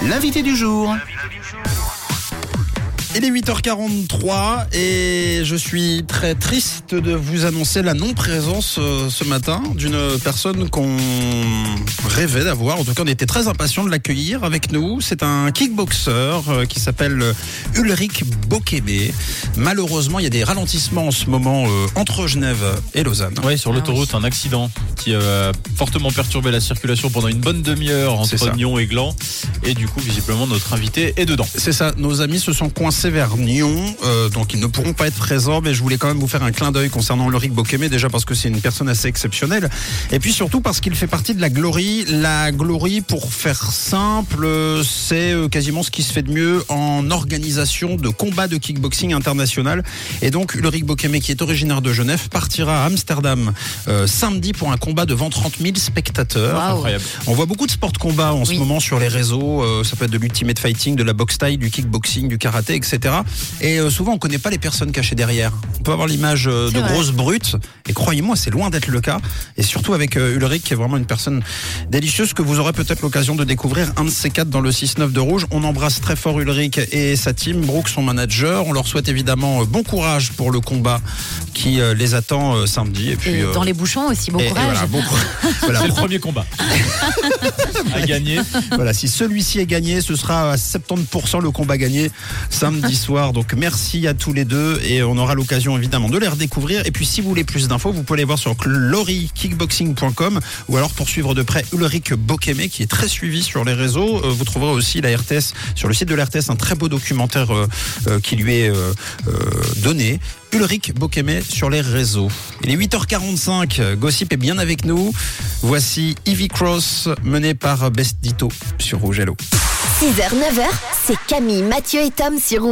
L'invité du jour. Il est 8h43 et je suis très triste de vous annoncer la non-présence ce matin d'une personne qu'on rêvait d'avoir. En tout cas, on était très impatients de l'accueillir avec nous. C'est un kickboxer qui s'appelle Ulrich Bokeme. Malheureusement, il y a des ralentissements en ce moment entre Genève et Lausanne. Oui, sur l'autoroute, un accident qui a fortement perturbé la circulation pendant une bonne demi-heure entre Nyon et Gland. Et du coup, visiblement, notre invité est dedans. C'est ça, nos amis se sont coincés vers Nyon, donc ils ne pourront pas être présents, mais je voulais quand même vous faire un clin d'œil concernant Ulrich Bokeme, déjà parce que c'est une personne assez exceptionnelle, et puis surtout parce qu'il fait partie de la Glory. La Glory, pour faire simple, c'est quasiment ce qui se fait de mieux en organisation de combats de kickboxing international, et donc Ulrich Bokeme, qui est originaire de Genève, partira à Amsterdam samedi pour un combat devant 30 000 spectateurs. Wow. Incroyable. On voit beaucoup de sports de combat en ce moment sur les réseaux, ça peut être de l'ultimate fighting, de la boxe thaï, du kickboxing, du karaté, etc. Et souvent on connaît pas les personnes cachées derrière. On peut avoir l'image de grosses brutes, et croyez-moi, c'est loin d'être le cas. Et surtout avec Ulrich, qui est vraiment une personne délicieuse que vous aurez peut-être l'occasion de découvrir un de ces quatre dans le 6-9 de Rouge. On embrasse très fort Ulrich et sa team, Brooke, son manager. On leur souhaite évidemment bon courage pour le combat qui les attend samedi. Et puis dans les bouchons aussi, bon courage. Voilà, bon voilà. C'est le premier combat à gagner. Voilà, si celui-ci est gagné, ce sera à 70% le combat gagné samedi soir. Donc merci à tous les deux, et on aura l'occasion évidemment de les redécouvrir. Et puis si vous voulez plus d'infos, vous pouvez les voir sur glorykickboxing.com, ou alors pour suivre de près Ulrich Bokeme, qui est très suivi sur les réseaux. Vous trouverez aussi la RTS, sur le site de la RTS, un très beau documentaire qui lui est donné. Ulrich Bokeme sur les réseaux. Il est 8h45, Gossip est bien avec nous. Voici Ivy Cross, menée par Best Ditto sur Rouge Hello. 6h, 9h, c'est Camille, Mathieu et Tom sur Rouge.